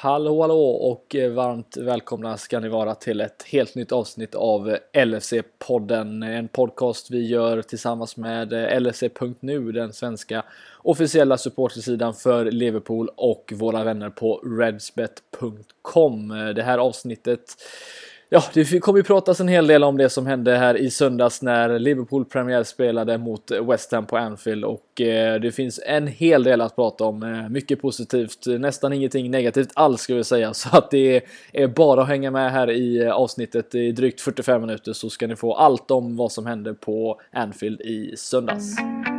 Hallå och varmt välkomna ska ni vara till ett helt nytt avsnitt av LFC-podden. En podcast vi gör tillsammans med LFC.nu, den svenska officiella supportersidan för Liverpool, och våra vänner på redsbet.com. Det här avsnittet, det kommer ju pratas en hel del om det som hände här i söndags när Liverpool premiär spelade mot West Ham på Anfield, och det finns en hel del att prata om. Mycket positivt, nästan ingenting negativt alls ska vi säga, så att det är bara att hänga med här i avsnittet i drygt 45 minuter så ska ni få allt om vad som hände på Anfield i söndags.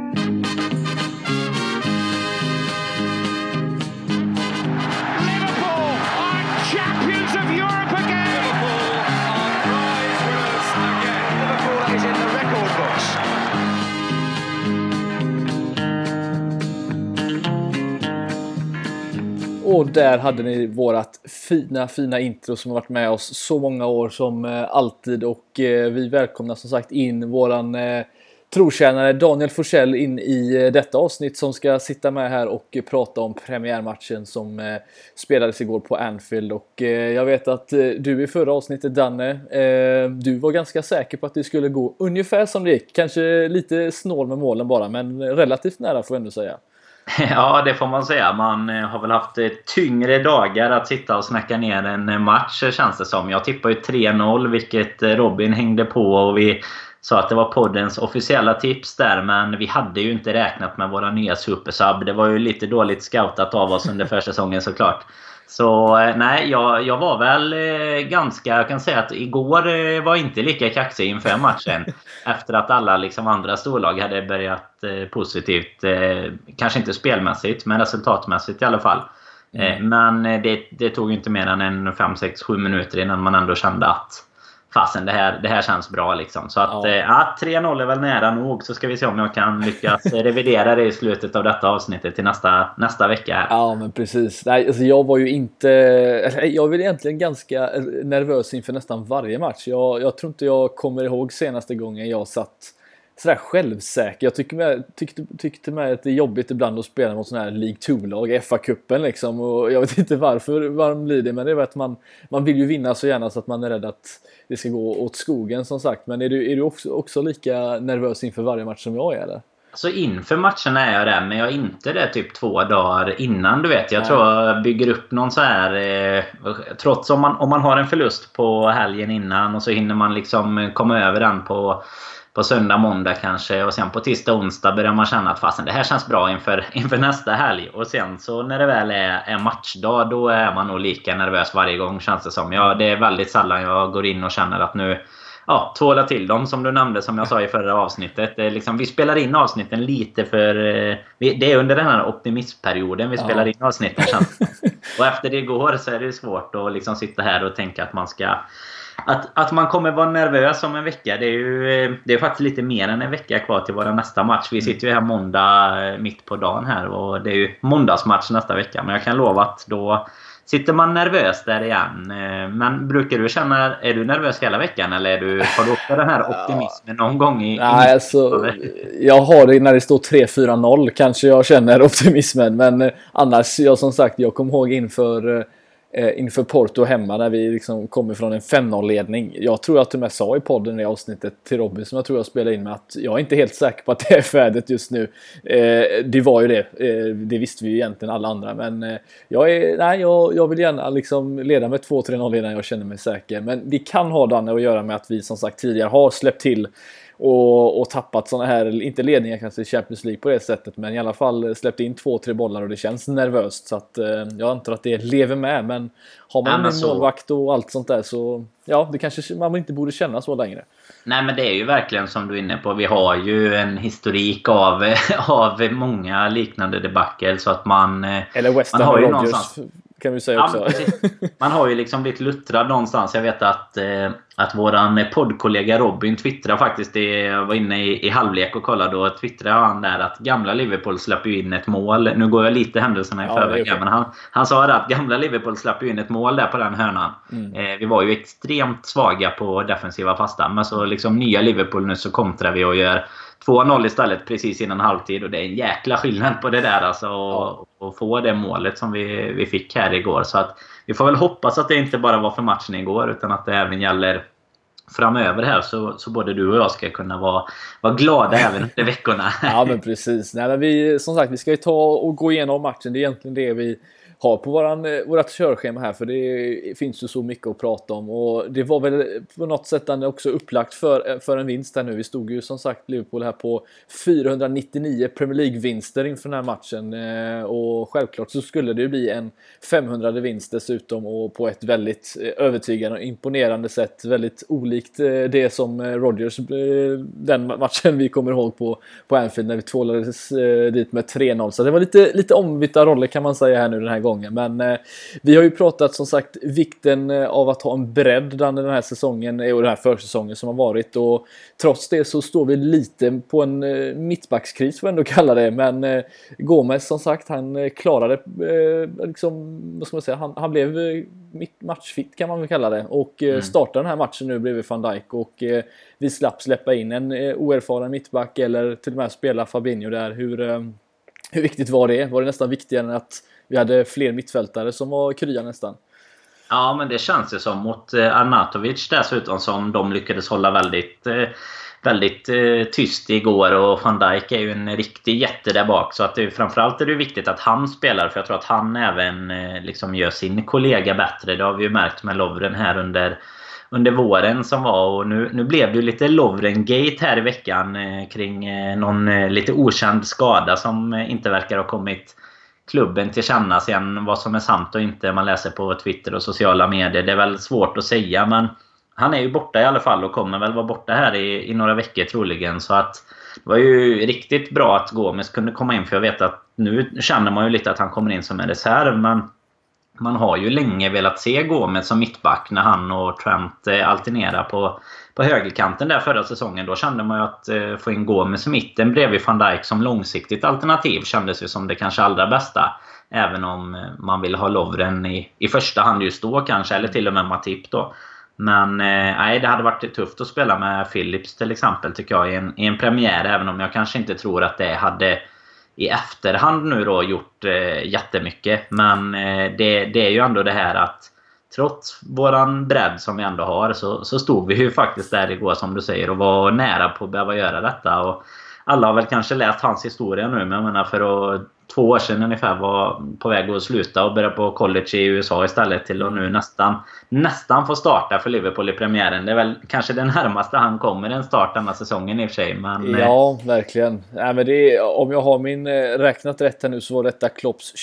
Och där hade ni vårat fina intro som har varit med oss så många år som alltid. Och vi välkomnar som sagt in våran trotjänare Daniel Forsell in i detta avsnitt som ska sitta med här och prata om premiärmatchen som spelades igår på Anfield. Och jag vet att du i förra avsnittet, Danne, du var ganska säker på att det skulle gå ungefär som det gick. Kanske lite snål med målen bara, men relativt nära får jag ändå säga. Ja, det får man säga. Man har väl haft tyngre dagar att sitta och snacka ner en match, känns det som. Jag tippar ju 3-0, vilket Robin hängde på, och vi sa att det var poddens officiella tips där. Men vi hade ju inte räknat med våra nya supersub. Det var ju lite dåligt scoutat av oss under försäsongen såklart. Så nej, jag var väl jag kan säga att igår var inte lika kaxig inför matchen. Efter att alla liksom andra storlag hade börjat positivt. Kanske inte spelmässigt, men resultatmässigt i alla fall. Men det tog ju inte mer än 5-6-7 minuter innan man ändå kände att fasen, det här känns bra liksom. Så att 3-0 är väl nära nog. Så ska vi se om jag kan lyckas revidera det i slutet av detta avsnittet till nästa vecka här. Ja, men precis. Nej, alltså jag var ju jag var egentligen ganska nervös inför nästan varje match. Jag tror inte jag kommer ihåg senaste gången jag satt sådär självsäker. Jag tyckte med att det är jobbigt ibland att spela mot sådana här League 2-lag, FA-cupen liksom, och jag vet inte varför de blir det, men det är att man vill ju vinna så gärna så att man är rädd att det ska gå åt skogen som sagt. Men är du också lika nervös inför varje match som jag är, eller? Så inför matchen är jag det, men jag är inte det typ 2 dagar innan, du vet. Jag tror jag bygger upp någon så här trots om man har en förlust på helgen innan och så hinner man liksom komma över den på söndag, måndag kanske, och sen på tisdag, onsdag börjar man känna att fasen, det här känns bra inför nästa helg. Och sen så när det väl är matchdag, då är man nog lika nervös varje gång, känns det som. Det är väldigt sällan jag går in och känner att nu tvåla till dem, som du nämnde, som jag sa i förra avsnittet. Det är liksom, vi spelar in avsnitten lite för det är under den här optimistperioden vi spelar in avsnitten, känns det. Och efter det går så är det svårt att liksom sitta här och tänka att man ska att man kommer vara nervös om en vecka. Det är faktiskt lite mer än en vecka kvar till vår nästa match. Vi sitter ju här måndag mitt på dagen här, och det är ju måndagsmatch nästa vecka. Men jag kan lova att då sitter man nervös där igen. Men brukar du känna, är du nervös hela veckan, eller har du också den här optimismen någon gång i Nej, alltså, jag har det när det står 3-4-0 kanske jag känner optimismen, men annars, som sagt, jag kommer ihåg inför Porto hemma när vi liksom kommer från en 5-0-ledning. Jag tror jag till och med sa i podden i avsnittet till Robin, som jag tror jag spelade in med, att jag är inte helt säker på att det är färdigt just nu. Det var ju det. Det visste vi ju egentligen alla andra. Men jag vill gärna liksom leda med 2-3-0 innan jag känner mig säker. Men det kan ha Danne att göra med att vi som sagt tidigare har släppt till och tappat såna här, inte ledningar kanske i Champions League på det sättet, men i alla fall släppt in 2-3 bollar och det känns nervöst, så att jag antar att det lever med. Men har man en målvakt och allt sånt där, så det kanske man inte borde känna så längre. Nej, men det är ju verkligen som du är inne på. Vi har ju en historik av många liknande debacle, så att man eller West Ham och Rodgers kan vi säga också. Man har ju liksom blivit luttrad någonstans. Jag vet att våran poddkollega Robin twittrade faktiskt, jag var inne i halvlek och kollade, och twittrade han där att gamla Liverpool släpper in ett mål. Nu går jag lite händelserna i förväg, men han sa att gamla Liverpool släpper in ett mål där på den hörnan. Vi var ju extremt svaga på defensiva fasta, men så liksom nya Liverpool nu så kontrar vi och gör 2-0 istället precis innan halvtid, och det är en jäkla skillnad på det där alltså. att få det målet som vi fick här igår. Så att vi får väl hoppas att det inte bara var för matchen igår, utan att det även gäller framöver här, så både du och jag ska kunna vara glada även efter veckorna. Ja, men precis. Nej, men som sagt, vi ska ju ta och gå igenom matchen. Det är egentligen det vi har på vårat körschema här, för det finns ju så mycket att prata om, och det var väl på något sätt också upplagt för en vinst här nu. Vi stod ju som sagt Liverpool här på 499 Premier League-vinster inför den här matchen, och självklart så skulle det ju bli en 500 vinst dessutom, och på ett väldigt övertygande och imponerande sätt, väldigt olikt det som Rodgers, den matchen vi kommer ihåg på Anfield när vi tvålades dit med 3-0. Så det var lite ombytta roller kan man säga här nu den här gången. Men vi har ju pratat som sagt vikten av att ha en bredd den här säsongen och den här försäsongen som har varit, och trots det så står vi lite på en mittbackskris får vi ändå kalla det. Men Gomez som sagt, han klarade liksom, vad ska man säga, han blev matchfit kan man väl kalla det, och startade den här matchen nu bredvid Van Dijk, och vi slapp släppa in en oerfaren mittback eller till och med spela Fabinho där. Hur viktigt var det? Var det nästan viktigare än att vi hade fler mittfältare som var krya nästan? Ja, men det känns ju som mot Arnautovic dessutom, som de lyckades hålla väldigt tyst igår, och Van Dijk är ju en riktig jätte där bak, så att framförallt är det viktigt att han spelar, för jag tror att han även liksom gör sin kollega bättre. Det har vi ju märkt med Lovren här under våren som var, och nu blev det ju lite Lovren-gate här i veckan kring någon lite okänd skada som inte verkar ha kommit klubben till känna sen. Vad som är sant och inte, man läser på Twitter och sociala medier, det är väl svårt att säga, men han är ju borta i alla fall och kommer väl vara borta här i några veckor troligen. Så att det var ju riktigt bra att Gomez kunde komma in, för jag vet att nu känner man ju lite att han kommer in som en reserv, men man har ju länge velat se Gomez som mittback när han och Trent alternerar på högerkanten där förra säsongen. Då kände man ju att få in Gomez i mitten bredvid Van Dijk som långsiktigt alternativ kändes ju som det kanske allra bästa. Även om man vill ha Lovren i första hand just då kanske, eller till och med Matip då. Men nej, det hade varit tufft att spela med Phillips till exempel tycker jag i en premiär, även om jag kanske inte tror att det hade i efterhand nu då gjort jättemycket. Men det är ju ändå det här att trots våran bredd som vi ändå har, så stod vi ju faktiskt där igår som du säger och var nära på att behöva göra detta. Och alla har väl kanske läst hans historia nu, men jag menar för 2 år sedan ungefär var på väg att sluta och börja på college i USA istället, till att nu nästan få starta för Liverpool i premiären. Det är väl kanske den närmaste han kommer en start denna säsongen i och för sig. Men ja, verkligen. Nej, men om jag har min räknat rätt här nu, så var detta Klopps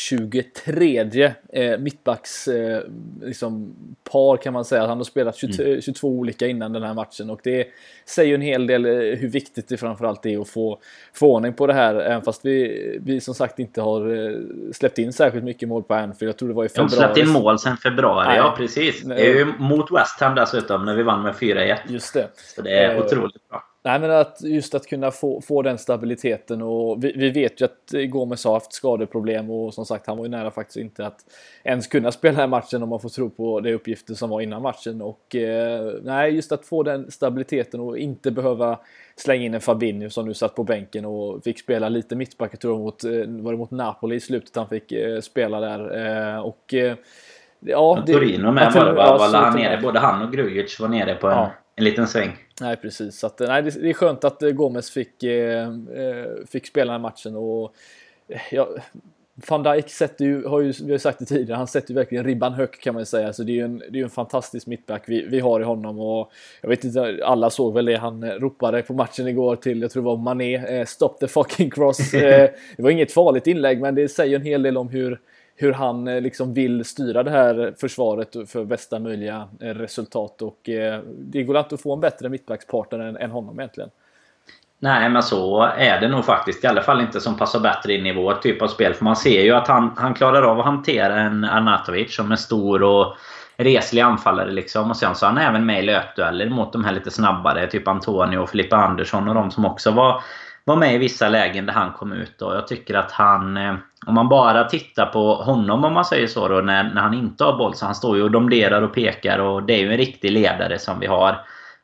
23 mittbacks liksom par kan man säga. Han har spelat 22 olika innan den här matchen, och det säger en hel del hur viktigt det framförallt är att få ordning på det här, även fast vi som sagt inte har släppt in särskilt mycket mål på Anfield. Jag tror det var i februari. De släppte in mål sen februari. Nej. Ja, precis. Det är ju mot West Ham dessutom när vi vann med 4-1. Just det. Så det är otroligt bra. Nej, men att kunna få den stabiliteten, och vi vet ju att Gomez har haft skadeproblem, och som sagt han var ju nära faktiskt inte att ens kunna spela den här matchen om man får tro på de uppgifter som var innan matchen. Och nej, just att få den stabiliteten och inte behöva slänga in en Fabinho som nu satt på bänken och fick spela lite mittback, tror jag mot Napoli i slutet han fick spela där. Och ja, Torino med var han nere, både han och Grujic var nere på en liten sväng. Nej, precis. Så att, nej, det är skönt att Gomez fick spela den matchen. Och Van Dijk sätter ju, vi har ju sagt det tidigare, han sätter ju verkligen ribban högt kan man säga. Så det är ju en fantastisk mittback vi har i honom, och jag vet inte, alla såg väl det han ropade på matchen igår till, jag tror det var Mané, stop the fucking cross. Det var inget farligt inlägg, men det säger en hel del om hur han liksom vill styra det här försvaret för bästa möjliga resultat, och det går inte att få en bättre mittbackspartner än honom egentligen. Nej, men så är det nog faktiskt. I alla fall inte som passar bättre in i vår typ av spel. För man ser ju att han klarar av att hantera en Arnautovic som är stor och reslig anfallare liksom. Och sen så är han även med i löpdueller mot de här lite snabbare, typ Antonio och Filippa Andersson och de som också var med i vissa lägen där han kom ut. Och jag tycker att han, om man bara tittar på honom om man säger så då, när han inte har boll, så han står ju och domderar och pekar, och det är ju en riktig ledare som vi har.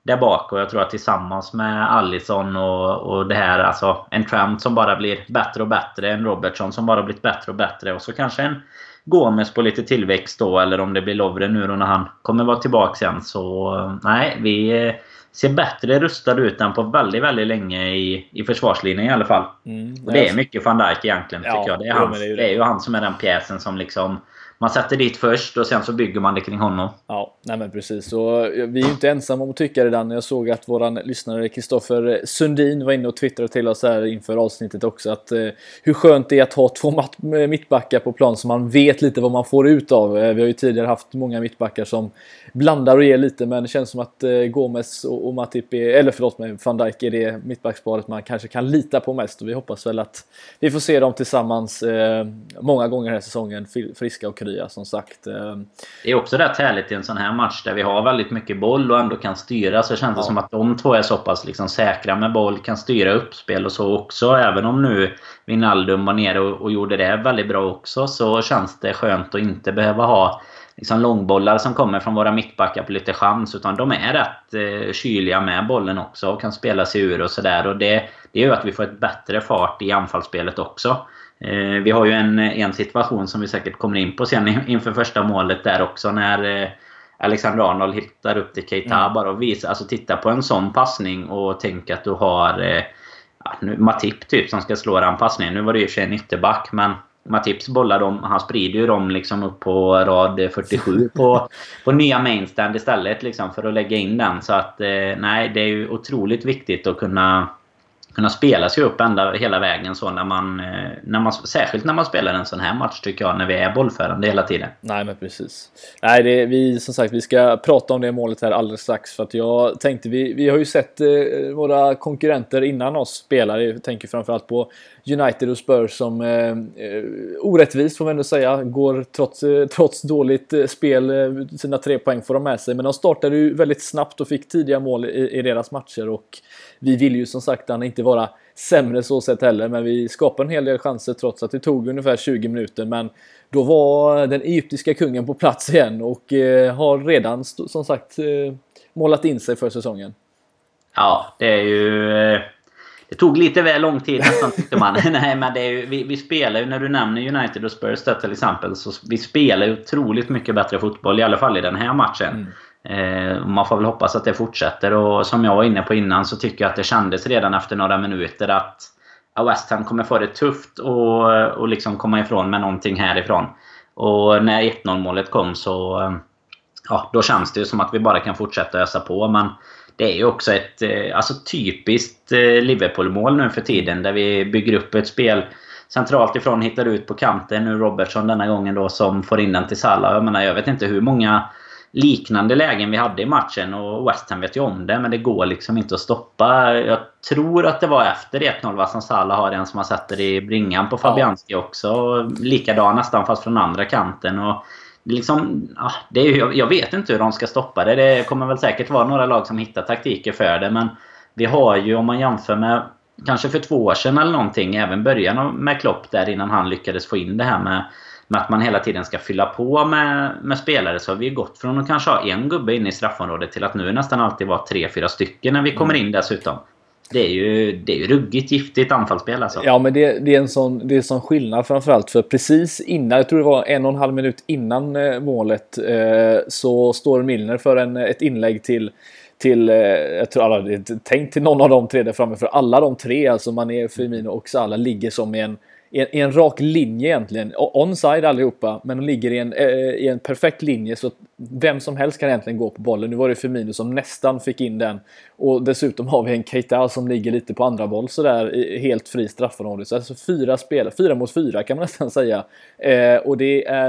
där bak. Och jag tror att tillsammans med Alisson och det här, alltså en Trent som bara blir bättre och bättre, en Robertson som bara blivit bättre och bättre, och så kanske en Gomes på lite tillväxt då, eller om det blir Lovren nu då när han kommer vara tillbaka sen. Så nej, vi ser bättre rustad ut än på väldigt, väldigt länge i försvarslinjen i alla fall. Och det är mycket Van Dijk egentligen, tycker jag. Det är ju han som är den pjäsen som liksom man sätter dit först och sen så bygger man det kring honom. Ja, nej men precis. Och vi är ju inte ensamma om att tycka det där. Jag såg att våran lyssnare Kristoffer Sundin var inne och twittrade till oss här inför avsnittet också, att hur skönt det är att ha 2 mittbackar på plan så man vet lite vad man får ut av. Vi har ju tidigare haft många mittbackar som blandar och ger lite, men det känns som att Gomes och Matip Van Dijk är det mittbacksparet man kanske kan lita på mest, och vi hoppas väl att vi får se dem tillsammans många gånger den här säsongen, friska och krya som sagt. Det är också rätt härligt i en sån här match där vi har väldigt mycket boll och ändå kan styra, så känns det som att de två är så pass liksom säkra med boll, kan styra uppspel och så också. Även om nu Wijnaldum var nere och gjorde det väldigt bra också, så känns det skönt att inte behöva ha liksom långbollar som kommer från våra mittbackar på lite chans, utan de är rätt kyliga med bollen också och kan spela sig ur och sådär. Och det gör att vi får ett bättre fart i anfallsspelet också. Vi har ju en situation som vi säkert kommer in på sen inför första målet där också, när Alexander Arnold hittar upp till Keita bara och visar, alltså titta på en sån passning och tänk att du har Matip typ som ska slå den passningen. Nu var det ju för en ytterback, men Matips bollar han sprider ju dem liksom upp på rad 47 på nya mainstand istället liksom, för att lägga in den. Så att nej, det är ju otroligt viktigt att kunna spela sig upp hela vägen så när man särskilt när man spelar en sån här match, tycker jag, när vi är bollförande hela tiden. Nej, men precis. Nej, vi ska prata om det målet här alldeles strax, för att jag tänkte vi har ju sett våra konkurrenter innan oss spela. Jag tänker framförallt på United och Spurs som orättvist får man ändå säga går trots dåligt spel, sina 3 poäng får de med sig, men de startade ju väldigt snabbt och fick tidiga mål i deras matcher, och vi vill ju som sagt inte vara sämre så sett heller, men vi skapade en hel del chanser trots att det tog ungefär 20 minuter. Men då var den egyptiska kungen på plats igen och har redan som sagt målat in sig för säsongen. Ja, det är ju... Det tog lite väl lång tid nästan, tyckte man. Nej, men det är ju, vi spelar ju, när du nämner United och Spurs där, till exempel, så vi spelar ju otroligt mycket bättre fotboll, i alla fall i den här matchen. Man får väl hoppas att det fortsätter, och som jag var inne på innan så tycker jag att det kändes redan efter några minuter att West Ham kommer få det tufft och liksom komma ifrån med någonting härifrån. Och när 1-0 målet kom så då känns det ju som att vi bara kan fortsätta ösa på, men det är ju också ett typiskt Liverpool-mål nu för tiden, där vi bygger upp ett spel centralt ifrån, hittar ut på kanten. Nu Robertson denna gången då som får in den till Salah. Jag vet inte hur många liknande lägen vi hade i matchen, och West Ham vet ju om det, men det går liksom inte att stoppa. Jag tror att det var efter 1-0 som Salah har en som har satt det i bringan på Fabianski också. Likadan nästan, fast från andra kanten. Och liksom, det är ju, jag vet inte hur de ska stoppa det. Det kommer väl säkert vara några lag som hittar taktiker för det, men vi har ju, om man jämför med kanske för 2 år sedan eller någonting, även början med Klopp där, innan han lyckades få in det här med att man hela tiden ska fylla på med spelare, så har vi gått från att kanske ha en gubbe in i straffområdet till att nu nästan alltid vara 3-4 stycken när vi kommer in dessutom. Det är ju ruggigt giftigt anfallsspel alltså. Ja, men det är en sån skillnad, framförallt för precis innan, jag tror det var 1,5 minut innan målet, så står Milner för ett inlägg till jag tror alla tänkt till någon av de 3 där framme, för alla de 3, alltså Mané, Firmino och Salah, ligger som i en rak linje egentligen, onside allihopa, men de ligger i en perfekt linje så att vem som helst kan egentligen gå på bollen. Nu var det Firmino som nästan fick in den, och dessutom har vi en Keita som ligger lite på andra boll så där, helt fri straffområde. Så alltså 4 mot 4 kan man nästan säga, och det är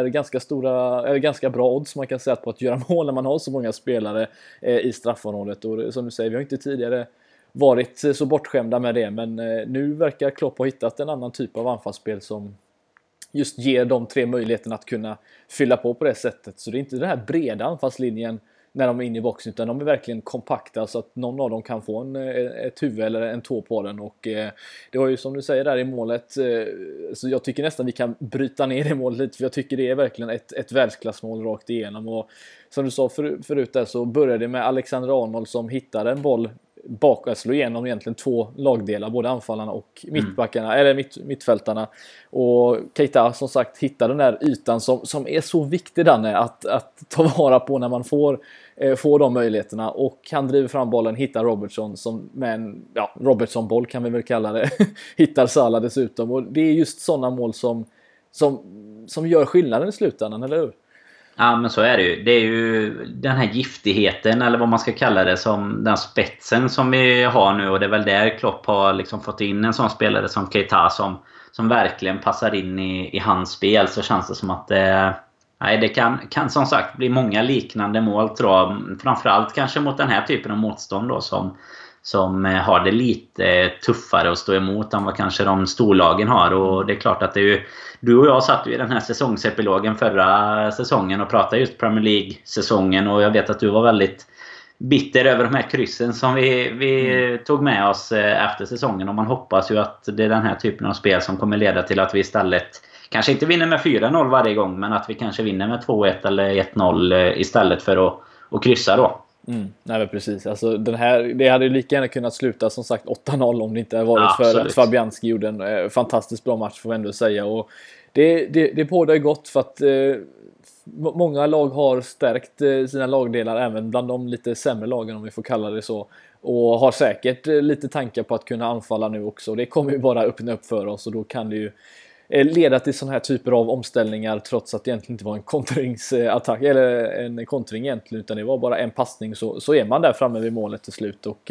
ganska bra odds man kan säga på att göra mål när man har så många spelare i straffområdet. Och som du säger, vi har inte tidigare varit så bortskämda med det, men nu verkar Klopp ha hittat en annan typ av anfallsspel som just ger de 3 möjligheten att kunna fylla på det sättet. Så det är inte den här breda anfallslinjen när de är inne i boxen, utan de är verkligen kompakta så att någon av dem kan få ett huvud eller en tå på den. Och det var ju som du säger där i målet, så jag tycker nästan vi kan bryta ner det målet lite, för jag tycker det är verkligen ett världsklassmål rakt igenom. Och som du sa förut där, så började det med Alexander Arnold som hittade en boll bakåt, slå igenom egentligen två lagdelar, både anfallarna och mittbackarna, eller mittfältarna. Och Keita som sagt hittar den där ytan som är så viktig, Danne, att ta vara på när man får de möjligheterna. Och han driver fram bollen, hittar Robertson som med en Robertson-boll kan vi väl kalla det. Hittar Salah dessutom. Och det är just sådana mål som gör skillnaden i slutändan, eller hur? Ja, men så är det ju. Det är ju den här giftigheten, eller vad man ska kalla det, som den spetsen som vi har nu. Och det är väl där Klopp har liksom fått in en sån spelare som Keita som verkligen passar in i hans spel. Så känns det som att det kan som sagt bli många liknande mål, tror jag. Framförallt kanske mot den här typen av motstånd då, som har det lite tuffare att stå emot än vad kanske de storlagen har. Och det är klart att det är ju, du och jag satt ju i den här säsongsepilogen förra säsongen och pratade just Premier League-säsongen, och jag vet att du var väldigt bitter över de här kryssen som vi tog med oss efter säsongen. Och man hoppas ju att det är den här typen av spel som kommer leda till att vi istället kanske inte vinner med 4-0 varje gång, men att vi kanske vinner med 2-1 eller 1-0 istället för att kryssa då. Nej, men precis. Alltså, det hade ju lika gärna kunnat sluta som sagt 8-0 om det inte hade varit för att Fabianski gjorde en fantastiskt bra match, får vi ändå säga. Och det bådar ju gott, för att många lag har stärkt sina lagdelar, även bland de lite sämre lagen, om vi får kalla det så. Och har säkert lite tankar på att kunna anfalla nu också. Det kommer ju bara öppna upp för oss, och då kan det ju leda till sådana här typer av omställningar, trots att det egentligen inte var en kontringsattack eller en kontring egentligen, utan det var bara en passning, så är man där framme vid målet till slut. Och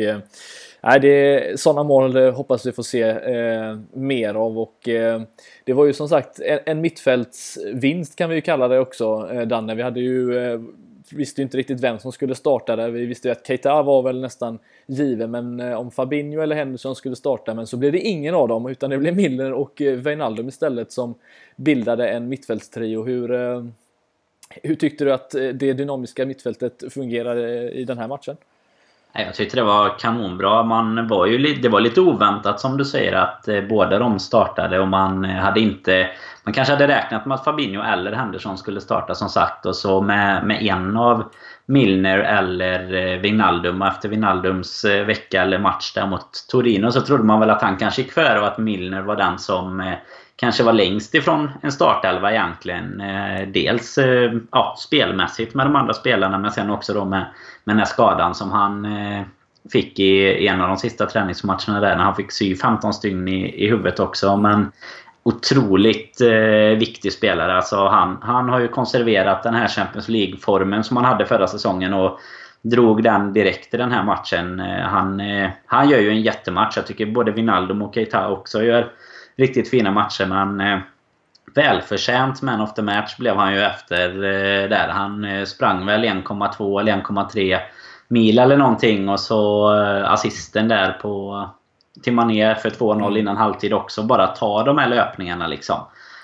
sådana mål hoppas vi får se mer av. Och det var ju som sagt en mittfältsvinst, kan vi ju kalla det också, Danne. Vi hade ju visste ju inte riktigt vem som skulle starta där. Vi visste ju att Keita var väl nästan given, men om Fabinho eller Henderson skulle starta, men så blev det ingen av dem, utan det blev Milner och Wijnaldum istället som bildade en mittfältstrio. Hur tyckte du att det dynamiska mittfältet fungerade i den här matchen? Jag tyckte det var kanonbra. Det var lite oväntat, som du säger, att båda de startade, och man kanske hade räknat med att Fabinho eller Henderson skulle starta, som sagt, och så med en av Milner eller Wijnaldum. Och efter Wijnaldums vecka eller match där mot Torino, så trodde man väl att han kanske gick före, och att Milner var den som kanske var längst ifrån en startelva egentligen. Dels spelmässigt med de andra spelarna, men sen också då med den här skadan som han fick i en av de sista träningsmatcherna där, när han fick sy 15 stygn i huvudet också. Men otroligt viktig spelare. Alltså han har ju konserverat den här Champions League-formen som han hade förra säsongen, och drog den direkt i den här matchen. Han gör ju en jättematch. Jag tycker både Wijnaldum och Keita också gör riktigt fina matcher, men välförtjänt man of the match blev han ju efter där. Han sprang väl 1,2 eller 1,3 mil eller någonting, och så assisten där till Mané för 2-0 innan halvtid också. Bara ta de här löpningarna liksom.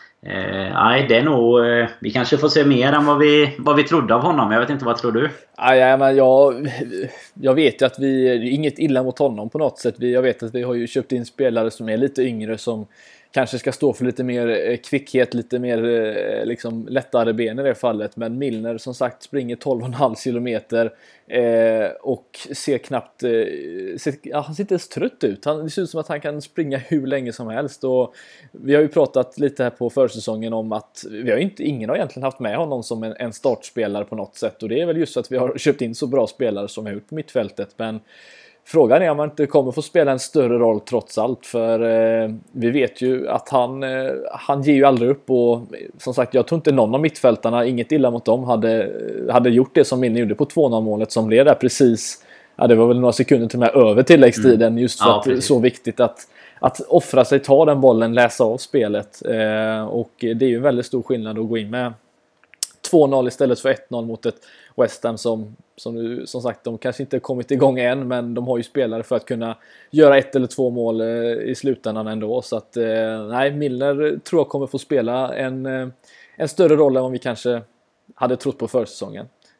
Det är nog, vi kanske får se mer än vad vi trodde av honom. Jag vet inte, vad tror du? Men jag vet ju att inget illa mot honom på något sätt. Jag vet att vi har ju köpt in spelare som är lite yngre, som kanske ska stå för lite mer kvickhet, lite mer liksom lättare ben i det fallet. Men Milner som sagt springer 12,5 kilometer och ser knappt han ser inte ens trött ut. Det ser ut som att han kan springa hur länge som helst. Och vi har ju pratat lite här på försäsongen om att ingen har egentligen haft med honom som en startspelare på något sätt. Och det är väl just att vi har köpt in så bra spelare som vi har gjort på mittfältet. Men frågan är om man inte kommer få spela en större roll trots allt, för vi vet ju att han ger ju aldrig upp, och som sagt, jag tror inte någon av mittfältarna, inget illa mot dem, hade gjort det som Milner gjorde på 2-0-målet som blev där precis, det var väl några sekunder till och med över tilläggstiden, just för att det är så viktigt att offra sig, ta den bollen, läsa av spelet, och det är ju en väldigt stor skillnad att gå in med 2-0 istället för 1-0 mot ett West Ham som sagt, de kanske inte kommit igång än, men de har ju spelare för att kunna göra 1 eller 2 mål i slutändan ändå. Så att Milner tror jag kommer få spela en större roll än vad vi kanske hade trott på försäsongen.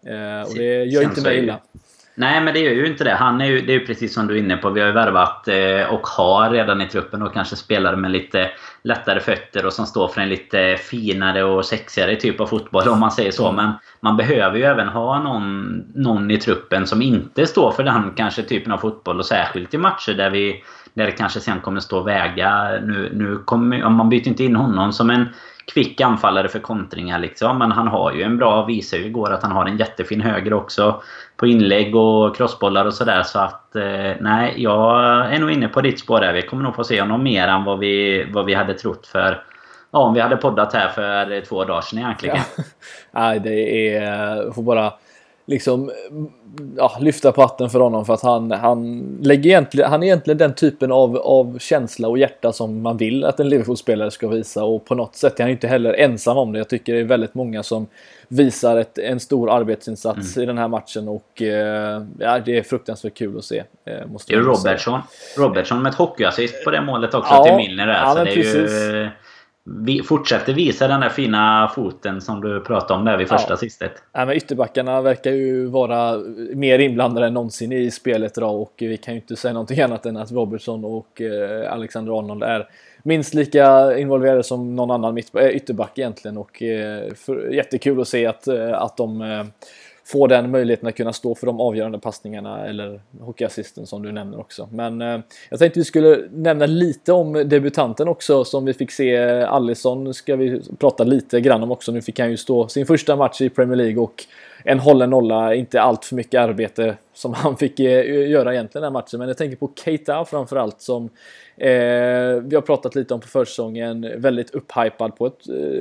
Och det gör inte mig illa. Nej, men det gör ju inte det. Det är ju precis som du är inne på. Vi har ju värvat och har redan i truppen och kanske spelare med lite lättare fötter och som står för en lite finare och sexigare typ av fotboll, om man säger så. Men man behöver ju även ha någon i truppen som inte står för den kanske typen av fotboll, och särskilt i matcher där det kanske sen kommer stå väga. Man byter inte in honom som en kvick anfallare för kontringar liksom, men han har ju en bra, visar ju igår att han har en jättefin höger också på inlägg och crossbollar och sådär, så att nej, jag är nog inne på ditt spår där. Vi kommer nog få se honom mer än vad vi hade trott för, om vi hade poddat här för 2 dagar sedan egentligen. Nej, det är, får bara liksom lyfta på hatten för honom, för att han är egentligen den typen av känsla och hjärta som man vill att en Liverpool-spelare ska visa, och på något sätt är han inte heller ensam om det. Jag tycker det är väldigt många som visar en stor arbetsinsats i den här matchen, och det är fruktansvärt kul att se. Det är Robertson med ett hockeyassist på det målet också till Milner där, så det är ju... Vi fortsätter visa den där fina foten som du pratade om där vid första assistet. Ja, men ytterbackarna verkar ju vara mer inblandade än någonsin i spelet idag, och vi kan ju inte säga någonting annat än att Robertson och Alexander-Arnold är minst lika involverade som någon annan ytterback egentligen, och jättekul att se att de får den möjligheten att kunna stå för de avgörande passningarna, eller hockeyassisten som du nämner också. Men jag tänkte vi skulle nämna lite om debutanten också som vi fick se. Alisson ska vi prata lite grann om också. Nu fick han ju stå sin första match i Premier League, och en hållen nolla, inte allt för mycket arbete som han fick göra egentligen den här matchen. Men jag tänker på Keita framförallt, som vi har pratat lite om på försäsongen, väldigt upphypad på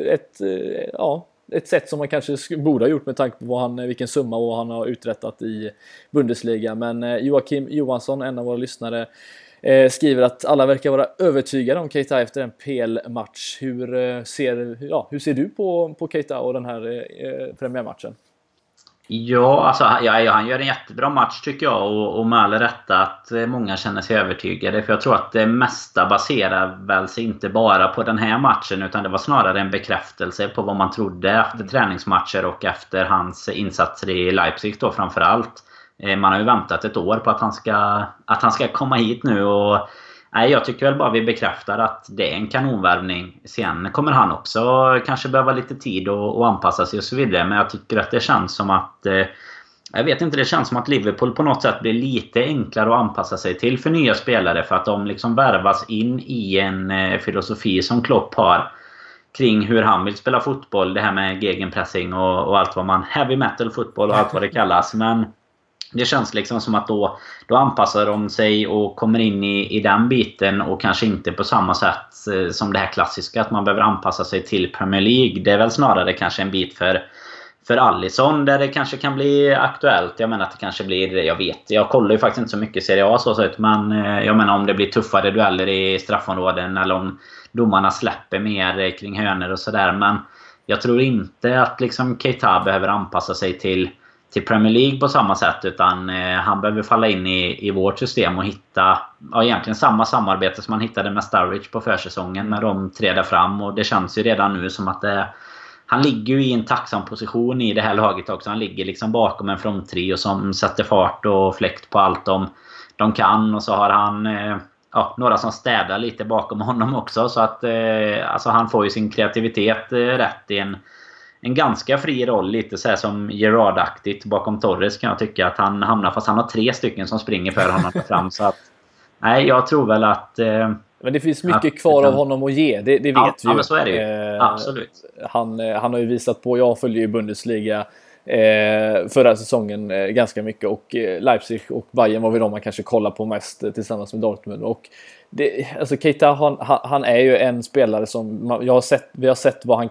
ett sätt som man kanske borde ha gjort med tanke på vilken summa och han har uträttat i Bundesliga. Men Joakim Johansson, en av våra lyssnare, skriver att alla verkar vara övertygade om Keita efter en PL-match. Hur ser du på Keita och den här premiärmatchen? Ja, alltså han gör en jättebra match tycker jag, och med all rätta att många känner sig övertygade, för jag tror att det mesta baserar väl sig inte bara på den här matchen, utan det var snarare en bekräftelse på vad man trodde efter träningsmatcher och efter hans insatser i Leipzig då framförallt. Man har ju väntat ett år på att han ska komma hit nu, och nej, jag tycker väl bara vi bekräftar att det är en kanonvärvning. Sen kommer han också kanske behöva lite tid och anpassa sig och så vidare. Men jag tycker att det känns som att... Jag vet inte, det känns som att Liverpool på något sätt blir lite enklare att anpassa sig till för nya spelare. För att de liksom värvas in i en filosofi som Klopp har kring hur han vill spela fotboll. Det här med gegenpressing och allt vad man... Heavy metal fotboll och allt vad det kallas. Men... Det känns liksom som att då anpassar de sig och kommer in i den biten, och kanske inte på samma sätt som det här klassiska att man behöver anpassa sig till Premier League. Det är väl snarare kanske en bit för Alisson där det kanske kan bli aktuellt. Jag menar att det kanske blir, jag kollar ju faktiskt inte så mycket Serie A så ut, men jag menar om det blir tuffare dueller i straffområden eller om domarna släpper mer kring hörnor och sådär. Men jag tror inte att liksom Keita behöver anpassa sig till Premier League på samma sätt, utan han behöver falla in i vårt system och hitta egentligen samma samarbete som man hittade med Sturridge på försäsongen när de trädde fram. Och det känns ju redan nu som att han ligger ju i en tacksam position i det här laget också. Han ligger liksom bakom en fronttrio som sätter fart och fläkt på allt de kan, och så har han några som städar lite bakom honom också, så att alltså han får ju sin kreativitet rätt i en ganska fri roll, lite så här som Gerrard-aktigt bakom Torres kan jag tycka att han hamnar, fast han har 3 stycken som springer för honom fram, så att nej, jag tror väl att men det finns mycket kvar av honom att ge, det vet vi ju. Ja, men så är det ju. Absolut. Han har ju visat på, jag följer ju Bundesliga förra säsongen ganska mycket, och Leipzig och Bayern var väl de man kanske kollar på mest tillsammans med Dortmund, och alltså Keita, han är ju en spelare som vi har sett vad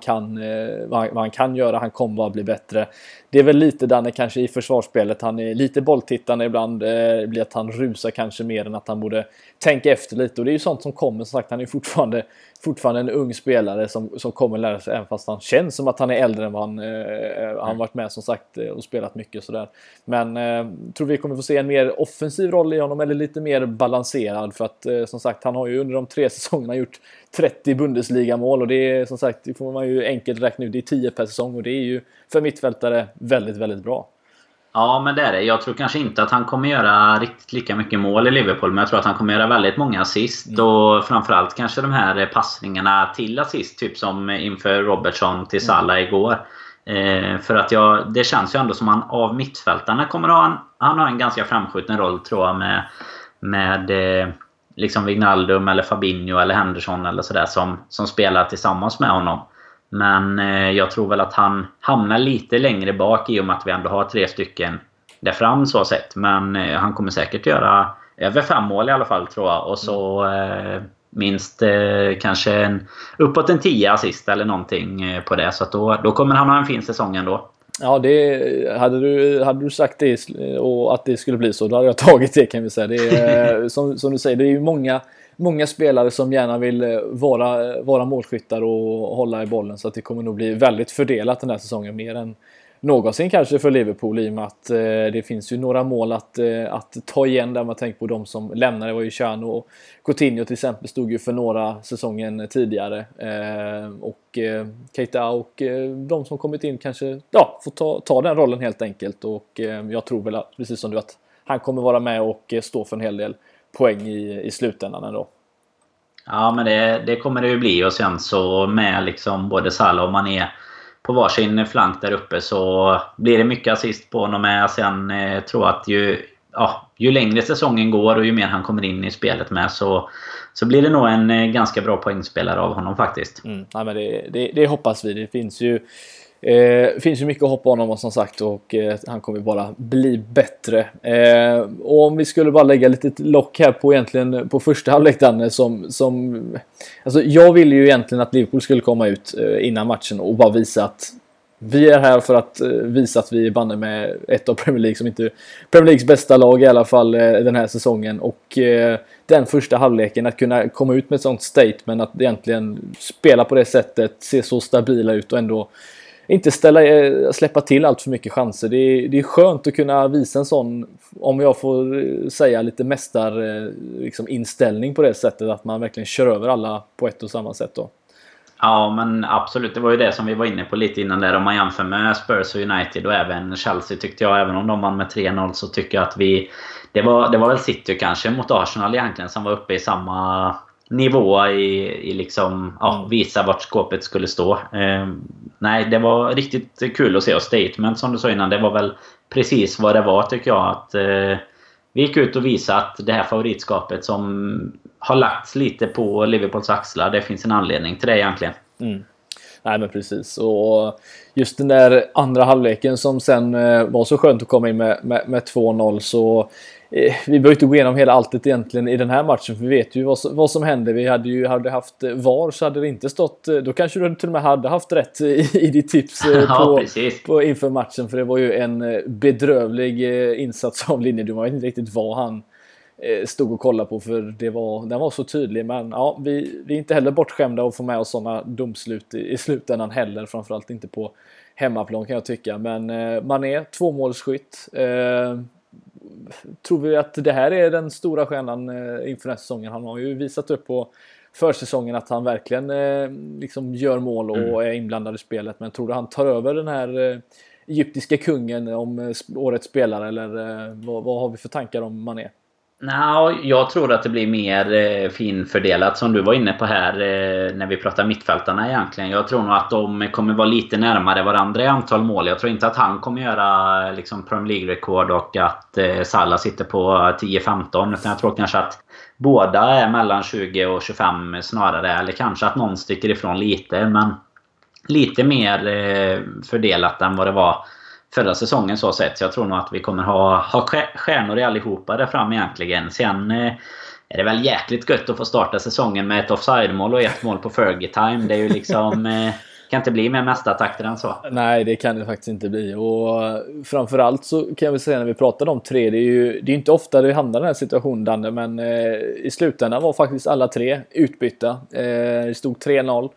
han kan göra. Han kommer att bli bättre. Det är väl lite där kanske i försvarsspelet han är lite bolltittande ibland, blir att han rusar kanske mer än att han borde tänka efter lite, och det är ju sånt som kommer. Som sagt, han är fortfarande en ung spelare som kommer lära sig, även fast han känns som att han är äldre än vad han varit med som sagt och spelat mycket sådär. Men tror vi kommer få se en mer offensiv roll i honom, eller lite mer balanserad, för att som sagt, han har ju under de 3 säsongerna gjort 30 Bundesliga-mål, och det är som sagt, det får man ju enkelt räkna ut, det är 10 per säsong, och det är ju för mittfältare väldigt, väldigt bra. Ja, men det är det. Jag tror kanske inte att han kommer göra riktigt lika mycket mål i Liverpool. Men jag tror att han kommer göra väldigt många assist. Och framförallt kanske de här passningarna till assist. Typ som inför Robertson till Salah igår. För att det känns ju ändå som han av mittfältarna kommer han har en ganska framskjuten roll, tror jag, med liksom Wijnaldum eller Fabinho eller Henderson eller sådär som spelar tillsammans med honom. Men jag tror väl att han hamnar lite längre bak i och med att vi ändå har 3 stycken där fram så sett. Men han kommer säkert göra över 5 mål i alla fall, tror jag. Och så minst kanske uppåt en 10 assist eller någonting på det. Så att då kommer han ha en fin säsong ändå. Ja, hade du sagt det och att det skulle bli så, då hade jag tagit det, kan vi säga. Det är, som du säger, det är ju många spelare som gärna vill vara målskyttar och hålla i bollen, så att det kommer nog bli väldigt fördelat den här säsongen, mer än någonsin kanske för Liverpool, i och med att det finns ju några mål att ta igen där. Man tänker på de som lämnade, det var ju Chan och Coutinho till exempel, stod ju för några säsongen tidigare, och Keita och de som kommit in kanske får ta den rollen helt enkelt. Och jag tror väl att, precis som du, att han kommer vara med och stå för en hel del poäng i slutändan ändå. Ja, men det kommer det ju bli. Och sen så med liksom både Salah och Mané på varsin flank där uppe, så blir det mycket assist på honom med. Sen tror jag att ju längre säsongen går och ju mer han kommer in i spelet med, så blir det nog en ganska bra poängspelare av honom faktiskt. Ja, men det hoppas vi. Det finns ju mycket att hoppa honom, som sagt, och han kommer bara bli bättre. Och om vi skulle bara lägga lite lock här på första halvlek, alltså jag ville ju egentligen att Liverpool skulle komma ut innan matchen och bara visa att vi är här för att visa att vi är banne med ett av Premier League, som inte Premier Leagues bästa lag i alla fall den här säsongen. Och den första halvleken, att kunna komma ut med ett sånt statement, att egentligen spela på det sättet, se så stabila ut och ändå inte släppa till allt för mycket chanser. Det är skönt att kunna visa en sån, om jag får säga, lite inställning på det sättet, att man verkligen kör över alla på ett och samma sätt då. Ja, men absolut. Det var ju det som vi var inne på lite innan där. Om man jämför med Spurs och United och även Chelsea, tyckte jag, även om de vann med 3-0, så tycker jag att det var väl City kanske mot Arsenal egentligen som var uppe i samma nivå i liksom visa vart skåpet skulle stå. Nej, det var riktigt kul att se. Och statement, som du sa innan, det var väl precis vad det var, tycker jag. Att vi gick ut och visade att det här favoritskapet som har lagts lite på Liverpools axlar, det finns en anledning till det egentligen. Nej, men precis. Och just den där andra halvleken som sen var så skönt att komma in med 2-0, så vi behöver inte gå igenom hela alltet egentligen i den här matchen, för vi vet ju vad som hände. Vi hade haft VAR, så hade det inte stått, då kanske du till och med hade haft rätt i ditt tips på inför matchen, för det var ju en bedrövlig insats av Linje. Du vet inte riktigt vad han stod och kollade på, för den var så tydlig. Men ja, vi är inte heller bortskämda att få med oss sådana domslut i slutändan heller, framförallt inte på hemmaplan, kan jag tycka. Men man är 2-målsskytt. Tror vi att det här är den stora stjärnan inför den här säsongen? Han har ju visat upp på försäsongen att han verkligen liksom gör mål och är inblandad i spelet. Men tror du han tar över den här egyptiska kungen om årets spelare, eller vad har vi för tankar om Mané? Nej, jag tror att det blir mer finfördelat, som du var inne på här när vi pratar mittfältarna egentligen. Jag tror nog att de kommer vara lite närmare varandra i antal mål. Jag tror inte att han kommer göra liksom Premier League-rekord och att Salah sitter på 10-15. Utan jag tror kanske att båda är mellan 20 och 25 snarare. Eller kanske att någon sticker ifrån lite, men lite mer fördelat än vad det var förra säsongen så sett. Så jag tror nog att vi kommer ha stjärnor i allihopa där fram egentligen. Sen är det väl jäkligt gött att få starta säsongen med ett offside-mål och ett mål på Fergie-time. Det är ju liksom kan inte bli mer mästartakter än så. Nej, det kan det faktiskt inte bli. Och framförallt så kan jag väl säga, när vi pratar om 3, det är inte ofta det hamnar i den här situationen, Danne, men i slutändan var faktiskt alla 3 utbytta. Det stod 3-0.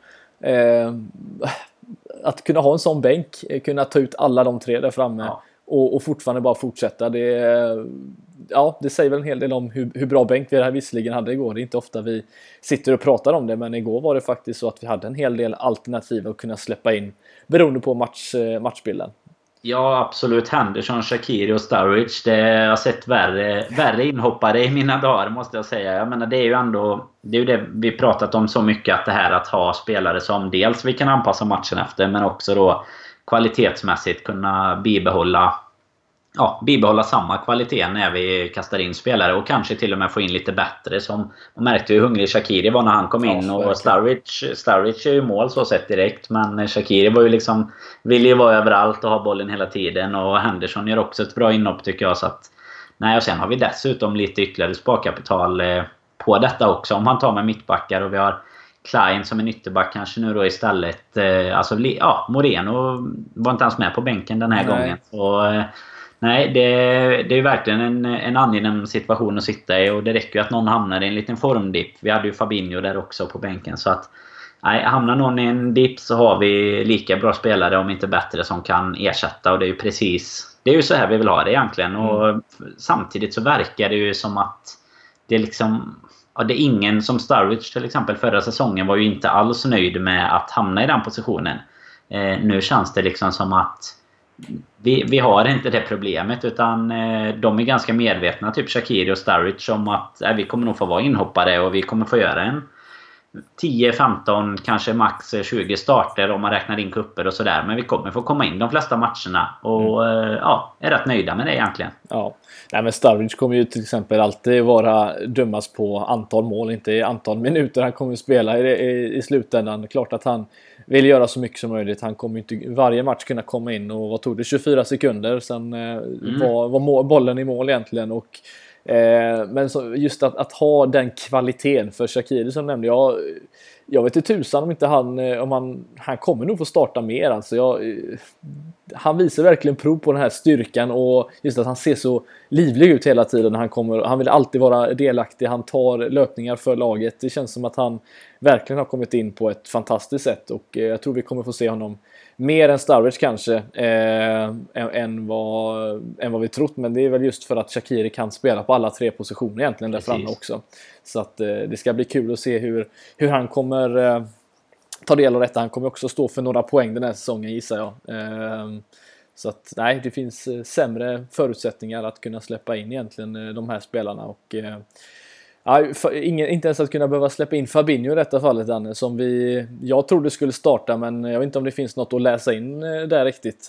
Att kunna ha en sån bänk, kunna ta ut alla de 3 där framme, och fortfarande bara fortsätta, det säger väl en hel del om hur bra bänk vi visserligen hade igår. Det är inte ofta vi sitter och pratar om det, men igår var det faktiskt så att vi hade en hel del alternativ att kunna släppa in beroende på matchbilden. Ja, absolut. Henderson, Shaqiri och Sturridge. Jag har sett värre inhoppare i mina dagar, måste jag säga. Jag menar, det är ju ändå... Det är ju det vi pratat om så mycket, att det här att ha spelare som dels vi kan anpassa matchen efter, men också då kvalitetsmässigt kunna bibehålla samma kvalitet när vi kastar in spelare, och kanske till och med få in lite bättre. Som man märkte hur hungrig Shaqiri var när han kom in, och Sturridge är ju mål så sett direkt, men Shaqiri var ju liksom, ville ju vara överallt och ha bollen hela tiden, och Henderson gör också ett bra inhopp tycker jag. Så att, nej, och sen har vi dessutom lite ytterligare sparkapital på detta också, om man tar med mittbackar, och vi har Klein som en ytterback kanske nu då istället. Moreno var inte ens med på bänken den här gången, så nej, det är ju verkligen en angenäm situation att sitta i, och det räcker ju att någon hamnar i en liten formdipp. Vi hade ju Fabinho där också på bänken, så att nej, hamnar någon i en dipp så har vi lika bra spelare, om inte bättre, som kan ersätta, och det är ju så här vi vill ha det egentligen. Och samtidigt så verkar det ju som att det är liksom... Ja, det är ingen, som Sturridge till exempel förra säsongen var ju inte alls nöjd med att hamna i den positionen. Nu känns det liksom som att vi har inte det problemet, utan de är ganska medvetna, typ Shaqiri och Sturridge, om att vi kommer nog få vara inhoppare, och vi kommer få göra en 10-15, kanske max 20 starter om man räknar in kupper och sådär. Men vi kommer få komma in de flesta matcherna, och är rätt nöjda med det egentligen. Ja, nej, men Sturridge kommer ju till exempel alltid vara dömas på antal mål, inte i antal minuter han kommer spela i slutändan. Klart att han vill göra så mycket som möjligt. Han kommer inte varje match kunna komma in, och vad tog det, 24 sekunder sen var bollen i mål egentligen. Och men så just att ha den kvaliteten för Shaqiri som nämnde, jag vet inte tusan om inte han kommer nog få starta mer. Alltså han visar verkligen prov på den här styrkan, och just att han ser så livlig ut hela tiden när han kommer. Han vill alltid vara delaktig, han tar löpningar för laget. Det känns som att han verkligen har kommit in på ett fantastiskt sätt, och jag tror vi kommer få se honom mer än Sturridge kanske än vad vi trott. Men det är väl just för att Shaqiri kan spela på alla tre positioner egentligen där framme också. Så att det ska bli kul att se hur han kommer ta del av detta. Han kommer också stå för några poäng den här säsongen, gissar jag. Så att nej, det finns sämre förutsättningar att kunna släppa in egentligen de här spelarna. Och inte ens att kunna behöva släppa in Fabinho i detta fallet, Danne, som jag trodde skulle starta, men jag vet inte om det finns något att läsa in där riktigt.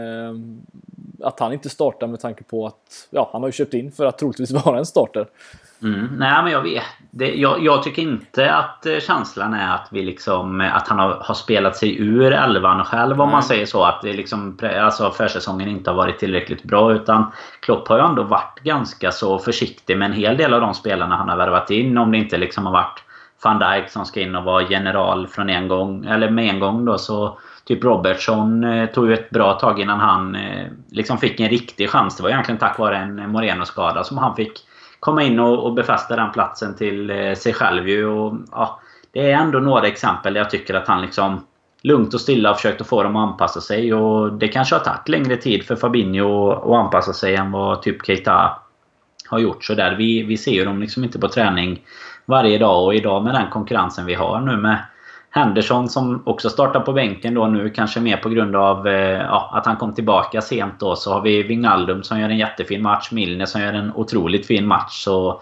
Att han inte startar med tanke på att han har ju köpt in för att troligtvis vara en starter. Nej, men jag vet. Jag tycker inte att känslan är att vi liksom, att han har spelat sig ur elvan själv, om man säger så, att det liksom, alltså försäsongen inte har varit tillräckligt bra, utan Klopp har ju ändå varit ganska så försiktig med en hel del av de spelarna han har värvat in, om det inte liksom har varit Van Dijk som ska in och vara general från med en gång då, så typ Robertson tog ju ett bra tag innan han liksom fick en riktig chans. Det var egentligen tack vare en Moreno-skada som han fick komma in och befästa den platsen till sig själv ju. Och det är ändå några exempel där jag tycker att han liksom lugnt och stilla har försökt att få dem att anpassa sig, och det kanske har tagit längre tid för Fabinho att anpassa sig än vad typ Keita har gjort. Så där vi ser ju dem liksom inte på träning varje dag, och idag med den konkurrensen vi har nu med Henderson som också startar på bänken då nu, kanske mer på grund av att han kom tillbaka sent då, så har vi Wijnaldum som gör en jättefin match, Milner som gör en otroligt fin match,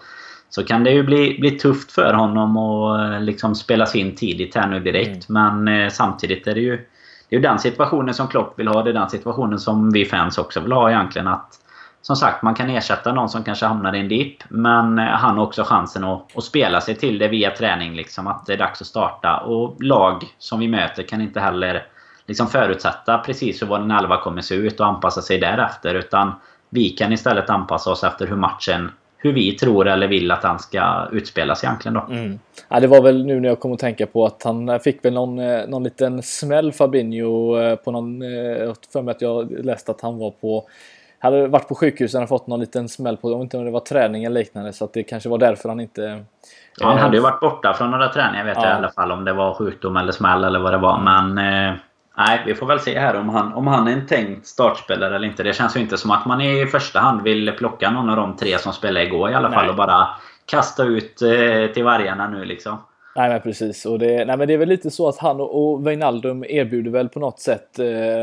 så kan det ju bli tufft för honom att liksom spela sin tidigt här nu direkt. Men samtidigt är det är ju den situationen som Klopp vill ha, det är den situationen som vi fans också vill ha egentligen, att som sagt, man kan ersätta någon som kanske hamnar i en dipp, men han har också chansen att spela sig till det via träning, liksom, att det är dags att starta. Och lag som vi möter kan inte heller liksom förutsätta precis hur vår elva kommer se ut och anpassa sig därefter, utan vi kan istället anpassa oss efter hur vi tror eller vill att han ska utspelas egentligen då. Ja, det var väl nu när jag kom att tänka på att han fick väl någon liten smäll, Fabinho, på någon, för mig att jag läste att han hade varit på sjukhusen och fått någon liten smäll på, jag vet inte om det var träning eller liknande, så att det kanske var därför han inte... Ja, han hade ju varit borta från några träningar, vet jag i alla fall, om det var sjukdom eller smäll eller vad det var, men nej, vi får väl se här om han är en tänkt startspelare eller inte. Det känns ju inte som att man i första hand vill plocka någon av de tre som spelade igår i alla fall, och bara kasta ut till vargarna nu liksom. Nej men precis, och det är väl lite så att han och Wijnaldum erbjuder väl på något sätt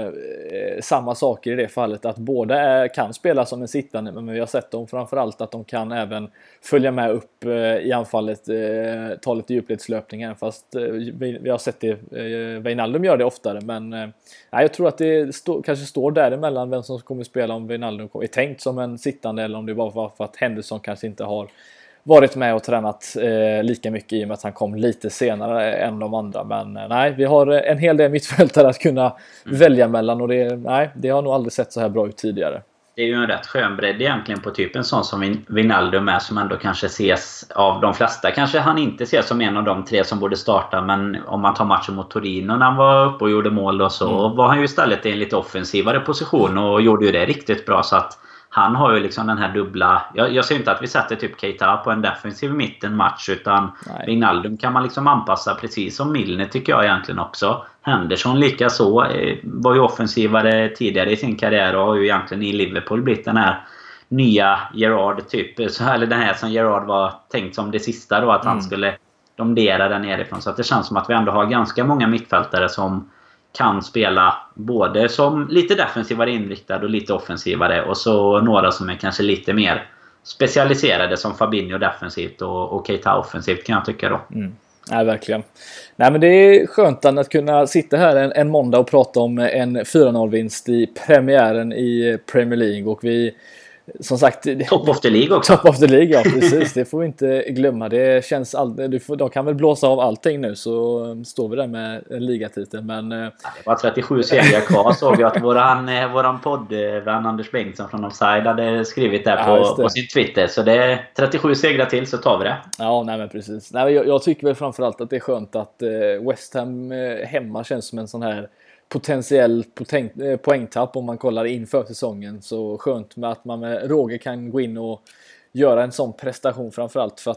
samma saker i det fallet, att båda kan spela som en sittande, men vi har sett dem framförallt att de kan även följa med upp i anfallet, ta lite djupledslöpningar, fast vi har sett det, Wijnaldum gör det oftare, men jag tror att det kanske står däremellan vem som kommer spela, om Wijnaldum är tänkt som en sittande eller om det bara var för att Henderson kanske inte har varit med och tränat lika mycket i och med att han kom lite senare än de andra. Men nej, vi har en hel del mittfältare att kunna välja mellan, och det har nog aldrig sett så här bra ut tidigare. Det är ju en rätt skön bredd egentligen på typ en sån som Wijnaldum är, som ändå kanske ses av de flesta. Kanske han inte ses som en av de 3 som borde starta, men om man tar matchen mot Torino när han var uppe och gjorde mål då, så var han ju istället i en lite offensivare position och gjorde ju det riktigt bra, så att han har ju liksom den här dubbla... Jag ser inte att vi sätter typ Keita på en defensiv mitten match, utan Wijnaldum kan man liksom anpassa precis som Milner, tycker jag egentligen också. Henderson lika så, var ju offensivare tidigare i sin karriär och har ju egentligen i Liverpool blivit den här nya Gerrard typ, eller den här som Gerrard var tänkt som det sista då, att han skulle domdera den nerifrån. Så att det känns som att vi ändå har ganska många mittfältare som kan spela både som lite defensivare inriktad och lite offensivare, och så några som är kanske lite mer specialiserade som Fabinho defensivt och Keita offensivt, kan jag tycka då. Nej, verkligen. Nej, men det är skönt att kunna sitta här en måndag och prata om en 4-0-vinst i premiären i Premier League, och vi, som sagt, Top of the League också. Top of the League, ja precis. Det får vi inte glömma. Det känns de kan väl blåsa av allting nu, så står vi där med en ligatitel. Men det var 37 segrar kvar, såg jag att våran poddvän Anders Bengtsson från Offside hade skrivit där på sin Twitter. Så det är 37 segrar till, så tar vi det. Ja, nej men precis. Nej, jag tycker väl framförallt att det är skönt att West Ham hemma känns som en sån här potentiell poängtapp om man kollar inför säsongen. Så skönt med att man med råge kan gå in och göra en sån prestation, framförallt för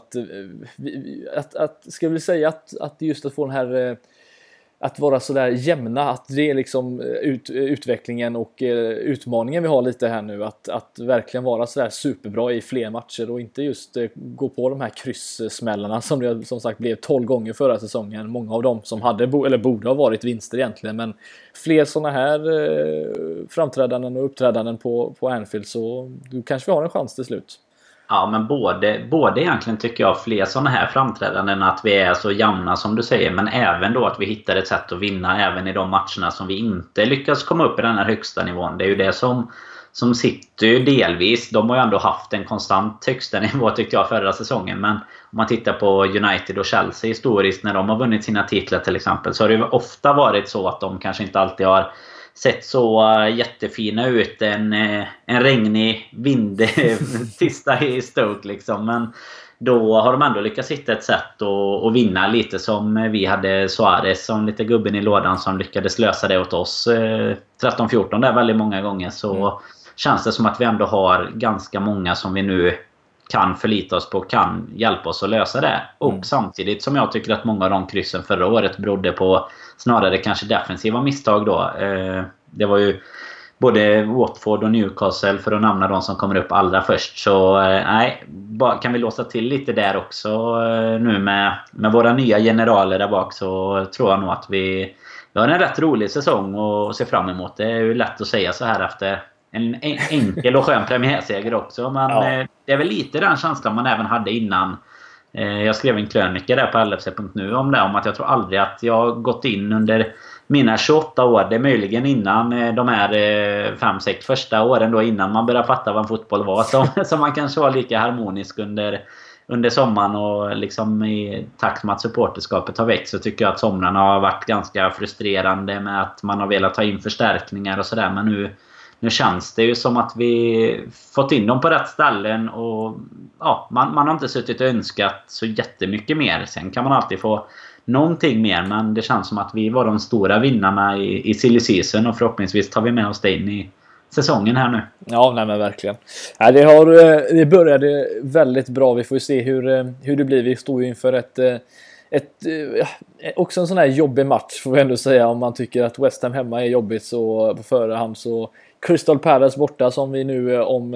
att ska vi säga att just att få den här att vara så där jämna, att det är liksom utvecklingen och utmaningen vi har lite här nu, att verkligen vara så där superbra i fler matcher och inte just gå på de här kryssmällarna som det som sagt blev 12 gånger förra säsongen. Många av dem som borde ha varit vinster egentligen, men fler såna här framträdanden och uppträdanden på Anfield, så du kanske har en chans till slut. Ja, men både egentligen tycker jag fler sådana här framträdanden, att vi är så jämna som du säger, men även då att vi hittar ett sätt att vinna även i de matcherna som vi inte lyckas komma upp i den här högsta nivån. Det är ju det som City delvis, de har ju ändå haft en konstant högsta nivå tyckte jag förra säsongen, men om man tittar på United och Chelsea historiskt när de har vunnit sina titlar till exempel, så har det ju ofta varit så att de kanske inte alltid har sett så jättefina ut en regnig tisdag i Stoke liksom. Men då har de ändå lyckats hitta ett sätt att vinna, lite som vi hade Suarez som lite gubben i lådan som lyckades lösa det åt oss 13-14 där väldigt många gånger. Så känns det som att vi ändå har ganska många som vi nu kan förlita oss på, kan hjälpa oss att lösa det. Och samtidigt som jag tycker att många av de kryssen förra året berodde på snarare kanske defensiva misstag då. Det var ju både Watford och Newcastle, för att nämna de som kommer upp allra först. Så kan vi låsa till lite där också nu med våra nya generaler där bak, så tror jag nog att vi har en rätt rolig säsong och ser fram emot. Det är ju lätt att säga så här efter en enkel och skön premiärseger också. Men det är väl lite den känslan man även hade innan. Jag skrev en krönika där på LFC.nu om att jag tror aldrig att jag gått in under mina 28 år. Det är möjligen innan de här 5-6 första åren då, innan man började fatta vad en fotboll var, som man kanske var lika harmonisk under sommaren, och liksom i takt med att supporterskapet har växt, så tycker jag att somrarna har varit ganska frustrerande med att man har velat ta in förstärkningar och sådär. Men nu känns det ju som att vi fått in dem på rätt ställen, och man har inte suttit och önskat så jättemycket mer. Sen kan man alltid få någonting mer, men det känns som att vi var de stora vinnarna i silly season, och förhoppningsvis tar vi med oss det in i säsongen här nu. Ja, nej men verkligen. Det började väldigt bra. Vi får ju se hur det blir. Vi står ju inför också en sån här jobbig match får vi ändå säga, om man tycker att West Ham hemma är jobbigt så på förhand, så Crystal Palace borta som vi nu om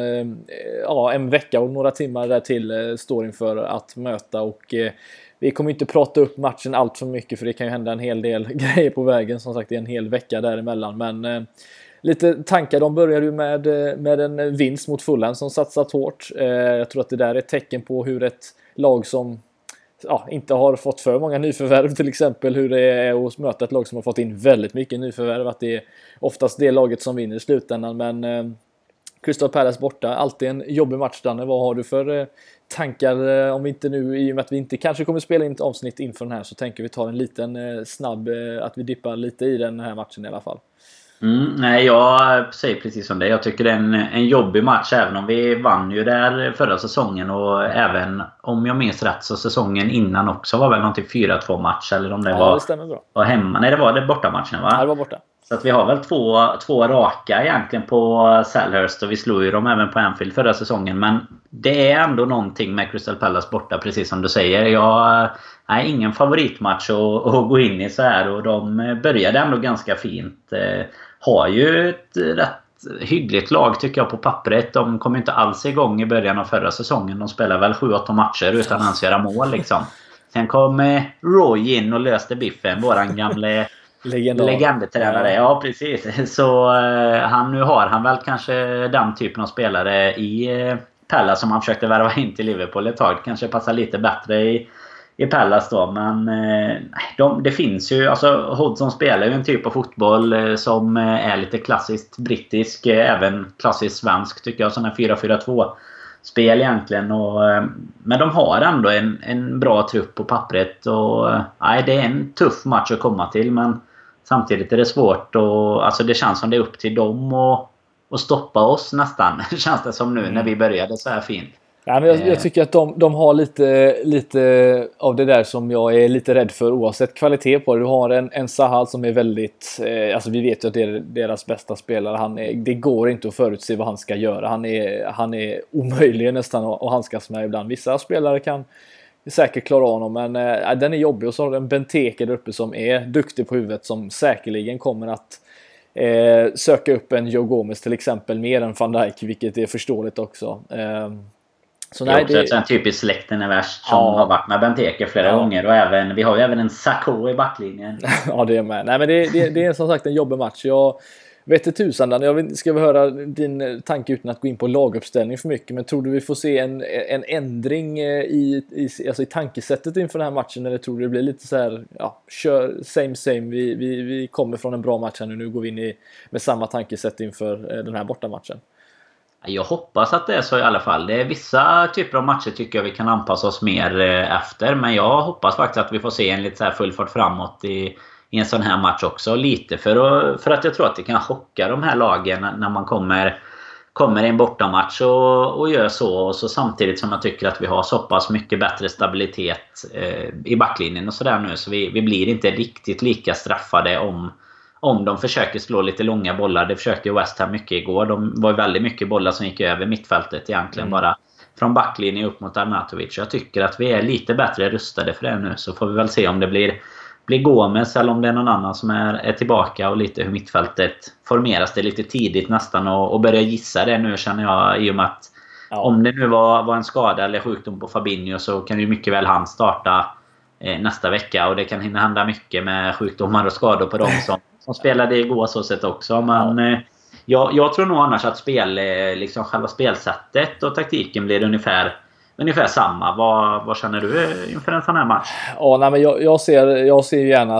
en vecka och några timmar där till står inför att möta, och vi kommer inte prata upp matchen allt för mycket för det kan ju hända en hel del grejer på vägen, som sagt det är en hel vecka däremellan, men lite tankar, de börjar ju med en vinst mot Fulham som satsat hårt. Jag tror att det där är ett tecken på hur ett lag som inte har fått för många nyförvärv till exempel, hur det är att möta ett lag som har fått in väldigt mycket nyförvärv, att det är oftast det laget som vinner i slutändan. Men Crystal Palace borta, alltid en jobbig match. Danne, vad har du för tankar, om vi inte nu, i och med att vi inte kanske kommer spela in ett avsnitt inför den här, så tänker vi ta en liten snabb, att vi dippar lite i den här matchen i alla fall. Nej, jag säger precis som det. Jag tycker det är en jobbig match, även om vi vann ju där förra säsongen, och även om jag minns rätt så säsongen innan också var väl någonting 4-2 match, eller om det det stämmer bra. Var hemma. Nej, det var det bortamatchen, va? Ja, det var borta. Så att vi har väl två raka egentligen på Selhurst, och vi slog ju dem även på Anfield förra säsongen. Men det är ändå någonting med Crystal Palace borta, precis som du säger. Jag är ingen favoritmatch att gå in i så här, och de började ändå ganska fint. Har ju ett rätt hyggligt lag tycker jag på pappret. De kom inte alls igång i början av förra säsongen. De spelade väl 7-8 matcher utan att göra mål liksom. Sen kom Roy in och löste biffen, våran gamle legendtränare. Ja, precis. Så nu har han väl kanske den typen av spelare i Palace som han försökte värva in till Liverpool ett tag. Kanske passar lite bättre i Palace då. Men det finns ju, alltså Hodgson spelar ju en typ av fotboll som är lite klassiskt brittisk, även klassiskt svensk tycker jag, sån här 4-4-2 spel egentligen. Men de har ändå en bra trupp på pappret, och det är en tuff match att komma till, men samtidigt är det svårt, och alltså det känns som det är upp till dem och stoppa oss nästan. Känns det som nu när vi började så här fint. Ja, men jag tycker att de har lite av det där som jag är lite rädd för oavsett kvalitet på det. Du har en Zaha som är väldigt, alltså vi vet ju att det är deras bästa spelare. Det går inte att förutse vad han ska göra. Han är omöjlig nästan att handskas med ibland. Vissa spelare kan säkert klara honom, men den är jobbig. Och så har du en Benteke där uppe som är duktig på huvudet, som säkerligen kommer att söka upp en Joe Gomez till exempel mer än Van Dijk, vilket är förståeligt också. Så det är också en typisk släkten är värst som har varit med Benteke flera gånger, och vi har ju även en Sakho i backlinjen. Ja, det är med. Nej, men det är som sagt en jobbig match. Jag vet inte tusan, Dan. Ska vi höra din tanke utan att gå in på laguppställning för mycket, men tror du vi får se en ändring i tankesättet inför den här matchen, eller tror du det blir lite så här, kör same, vi kommer från en bra match här nu går vi in med samma tankesätt inför den här bortamatchen? Jag hoppas att det är så i alla fall. Det är vissa typer av matcher tycker jag vi kan anpassa oss mer efter. Men jag hoppas faktiskt att vi får se en lite så här full fart framåt i en sån här match också. Lite för att jag tror att det kan chocka de här lagen när man kommer i en bortamatch och gör så. Och så samtidigt som jag tycker att vi har så pass mycket bättre stabilitet i backlinjen och sådär nu. Så vi blir inte riktigt lika straffade om de försöker slå lite långa bollar. Det försökte ju West Ham mycket igår. De var väldigt mycket bollar som gick över mittfältet egentligen. Bara från backlinjen upp mot Arnautovic. Jag tycker att vi är lite bättre rustade för det nu. Så får vi väl se om det blir Gomez eller om det är någon annan som är tillbaka, och lite hur mittfältet formeras det lite tidigt nästan, och börja gissa det nu känner jag, i och med att om det nu var en skada eller sjukdom på Fabinho, så kan ju mycket väl han starta nästa vecka, och det kan hinna hända mycket med sjukdomar och skador på dem som spelade igår så sätt också. Men jag tror nog annars att liksom själva spelsättet och taktiken blir ungefär samma. Vad känner du inför en sån här match? Ja, nej, men jag ser gärna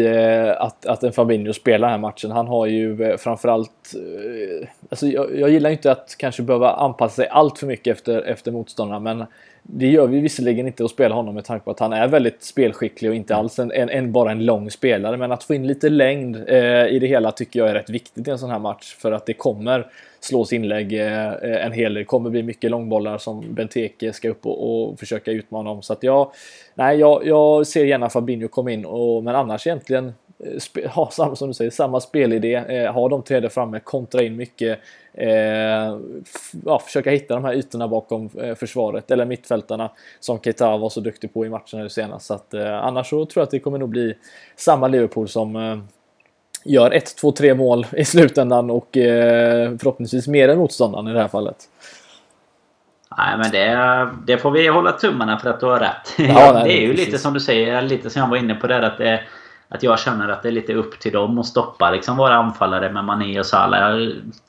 att att en Fabinho spelar den här matchen. Han har ju framförallt, alltså jag gillar inte att kanske behöva anpassa sig allt för mycket efter motståndarna, men det gör vi visserligen inte att spela honom med tanke på att han är väldigt spelskicklig och inte alls bara en lång spelare, men att få in lite längd i det hela tycker jag är rätt viktigt i en sån här match, för att det kommer slås inlägg en hel del. Det kommer bli mycket långbollar som Benteke ska upp och försöka utmana om. Så att jag ser gärna Fabinho komma in, men annars egentligen samma, som du säger, samma spelidé, ha de tre där framme, kontra in mycket, försöka hitta de här ytorna bakom försvaret eller mittfältarna som Keita var så duktig på i matchen nu senast. Så att, annars så tror jag att det kommer nog bli samma Liverpool som gör 1, 2, 3 mål i slutändan och förhoppningsvis mer än motståndaren i det här fallet. Nej, men det får vi hålla tummarna för att du har rätt. Ja, det är ju lite som du säger, lite som jag var inne på där, att jag känner att det är lite upp till dem att stoppa liksom våra anfallare med Mané och Salah.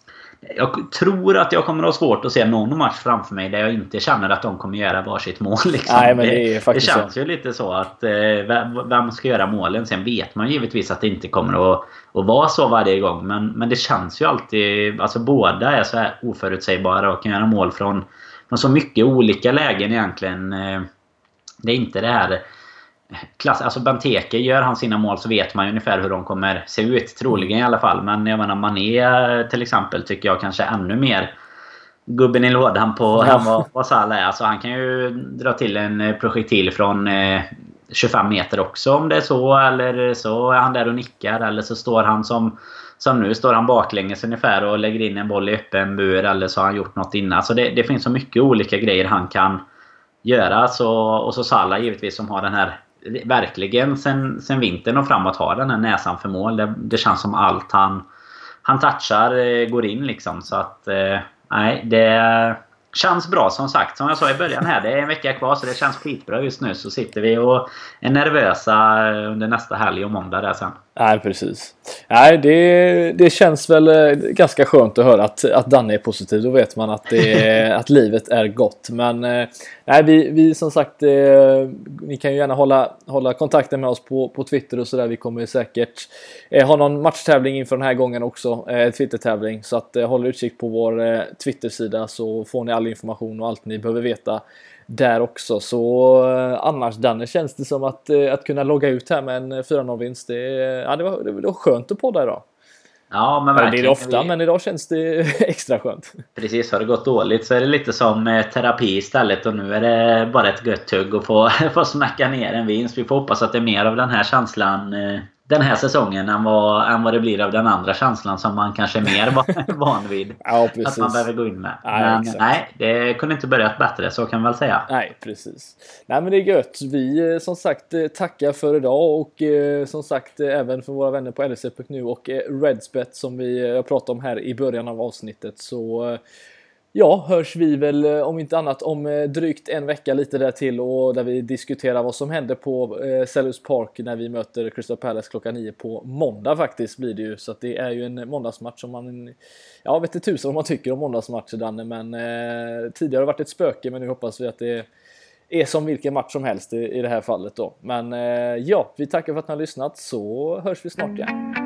Jag tror att jag kommer att ha svårt att se någon match framför mig där jag inte känner att de kommer göra varsitt mål liksom. Nej, men det känns ju lite så att vem ska göra målen? Sen vet man givetvis att det inte kommer att vara så varje gång, men det känns ju alltid, alltså båda är så här oförutsägbara och kan göra mål från så mycket olika lägen egentligen. Det är inte det här alltså Benteke, gör han sina mål så vet man ju ungefär hur de kommer se ut, troligen i alla fall. Men jag menar, Mané till exempel tycker jag kanske ännu mer gubben i lådan på vad Salah är. Alltså han kan ju dra till en projektil från 25 meter också om det är så. Eller så är han där och nickar. Eller så står han som nu står han baklänges ungefär och lägger in en boll i öppen bur. Eller så har han gjort något innan. Så det finns så mycket olika grejer han kan göra. Och så Salah givetvis som har den här, verkligen sen vintern och framåt, har den här näsan för mål. Det känns som allt han touchar går in liksom. Så att nej, det känns bra som sagt. Som jag sa i början här, det är en vecka kvar så det känns skitbra just nu. Så sitter vi och är nervösa under nästa helg och måndag där sen. Nej, precis. Nej, det känns väl ganska skönt att höra att Danne är positiv. Då vet man att att livet är gott. Men nej, vi som sagt, ni kan ju gärna hålla kontakten med oss på Twitter och sådär. Vi kommer säkert ha någon matchtävling inför den här gången också, Twitter-tävling. Så att håll utkik på vår Twitter-sida så får ni all information och allt ni behöver veta där också. Så annars, Danne, känns det som att kunna logga ut här med en 4-0-vinst. Det var skönt att podda idag. Ja, men verkligen. Det är det ofta, men idag känns det extra skönt. Precis, har det gått dåligt så är det lite som terapi istället. Och nu är det bara ett gött tugg att få smacka ner en vinst. Vi får hoppas att det är mer av den här känslan den här säsongen än vad det blir av den andra känslan som man kanske är mer van vid. Ja, precis. Att man behöver gå in med. Ja, men nej, det kunde inte börjat bättre, så kan man väl säga. Nej, precis. Nej, men det är gött. Vi som sagt tackar för idag och som sagt även för våra vänner på LC.nu och Redsbet som vi pratade om här i början av avsnittet. Så ja, hörs vi väl om inte annat om drygt en vecka lite där till, och där vi diskuterar vad som händer på Selhurst Park när vi möter Crystal Palace klockan 9 på måndag faktiskt blir det ju. Så att det är ju en måndagsmatch som jag vet inte tusen om man tycker om måndagsmatcher, Danne, men tidigare har det varit ett spöke, men nu hoppas vi att det är som vilken match som helst i det här fallet då. Men ja, vi tackar för att ni har lyssnat, så hörs vi snart igen.